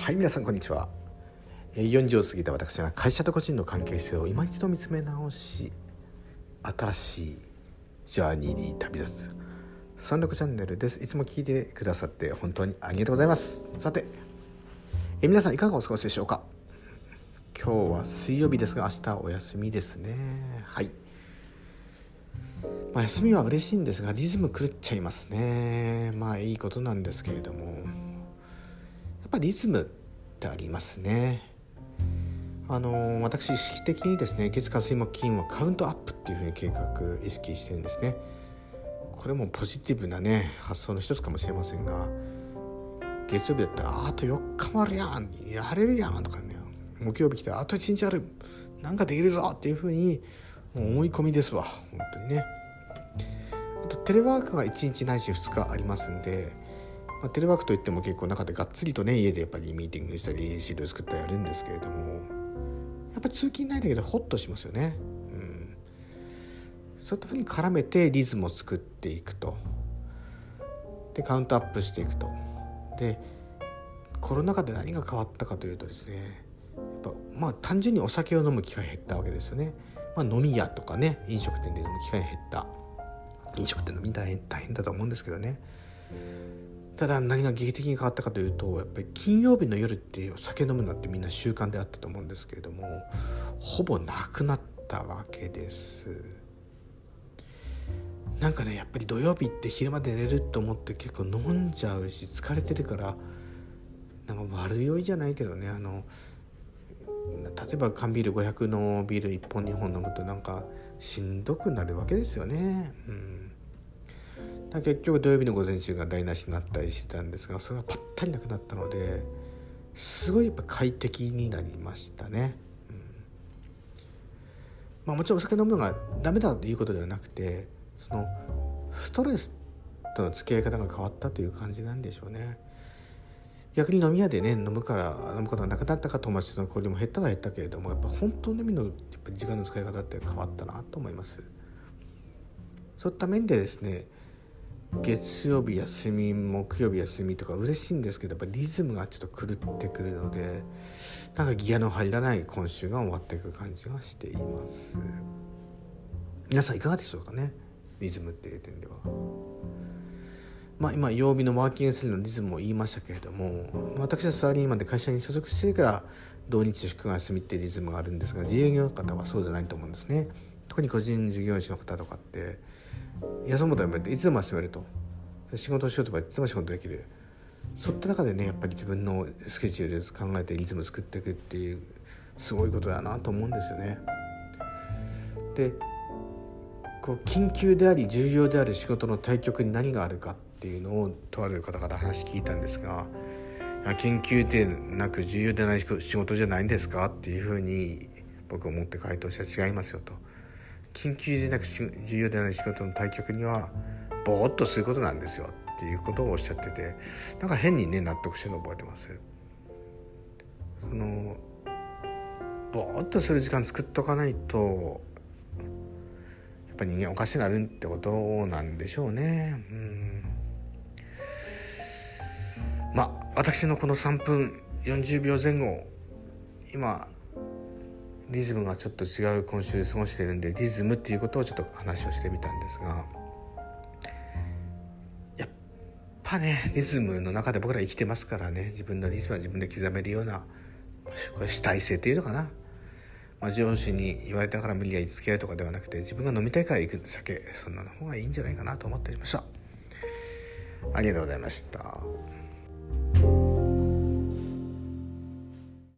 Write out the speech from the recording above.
はい、皆さんこんにちは。40を過ぎた私が会社と個人の関係性を今一度見つめ直し、新しいジャーニーに旅立つ36チャンネルです。いつも聞いてくださって本当にありがとうございます。さて、皆さんいかがお過ごしでしょうか。今日は水曜日ですが、明日お休みですね。はい、休みは嬉しいんですが、リズム狂っちゃいますね。いいことなんですけれども、やっぱりリズムってありますね。私意識的にですね、月火水木金はカウントアップっていうふうに計画意識してるんですね。これもポジティブなね発想の一つかもしれませんが、月曜日だったらあと4日もあるやん、やれるやんとかね、木曜日来てあと1日ある、なんかできるぞっていうふうに思い込みですわ、本当にね。あとテレワークが1日ないし2日ありますんで、テレワークといっても結構中でがっつりとね、家でやっぱりミーティングしたり資料作ったりやるんですけれども、やっぱり通勤ないだけでホッとしますよね。そういったふうに絡めてリズムを作っていくと、でカウントアップしていくと。でコロナ禍で何が変わったかというとですね、やっぱ単純にお酒を飲む機会減ったわけですよね。飲み屋とかね、飲食店で飲む機会減った。飲食店飲み大変だと思うんですけどね。ただ何が劇的に変わったかというと、やっぱり金曜日の夜って酒飲むのってみんな習慣であったと思うんですけれども、ほぼなくなったわけです。なんかね、やっぱり土曜日って昼まで寝ると思って結構飲んじゃうし、疲れてるからなんか悪酔いじゃないけどね、例えば缶ビール500のビール1本2本飲むとなんかしんどくなるわけですよね。結局土曜日の午前中が台無しになったりしてたんですが、それがパッタリなくなったので、すごいやっぱ快適になりましたね。もちろんお酒飲むのがダメだということではなくて、そのストレスとの付き合い方が変わったという感じなんでしょうね。逆に飲み屋でね飲むことがなくなったか、友達との交流も減ったは減ったけれども、やっぱ本当の意味のやっぱ時間の使い方って変わったなと思います。そういった面でですね、月曜日休み、木曜日休みとか嬉しいんですけど、やっぱリズムがちょっと狂ってくるので、なんかギアの入らない今週が終わっていく感じがしています。皆さんいかがでしょうかね、リズムっていう点では。今曜日のワーキングスタイルのリズムを言いましたけれども、私はサラリーマンで会社に所属しているから土日祝が休みっていうリズムがあるんですが、自営業の方はそうじゃないと思うんですね。特に個人事業主の方とかって休むとやっぱりいつでも休めると、仕事をしようとかいつでも仕事できる。そういった中でね、やっぱり自分のスケジュールで考えてリズムを作っていくっていう、すごいことだなと思うんですよね。で緊急であり重要である仕事の対極に何があるかっていうのをとある方から話聞いたんですが、緊急でなく重要でない仕事じゃないんですかっていうふうに僕は思って回答したら、違いますよと。緊急でなく重要でない仕事の対極にはぼーっとすることなんですよっていうことをおっしゃってて、なんか変にね納得してるのを覚えてます。ぼーっとする時間作っとかないとやっぱり人間おかしくなるってことなんでしょうね。私のこの3分40秒前後、今リズムがちょっと違う今週過ごしているんで、リズムっていうことをちょっと話をしてみたんですが、やっぱねリズムの中で僕ら生きてますからね、自分のリズムは自分で刻めるような、これ主体性っていうのかな。上司に言われたから無理やり付き合いとかではなくて、自分が飲みたいから行く酒、そんなの方がいいんじゃないかなと思っていました。ありがとうございました。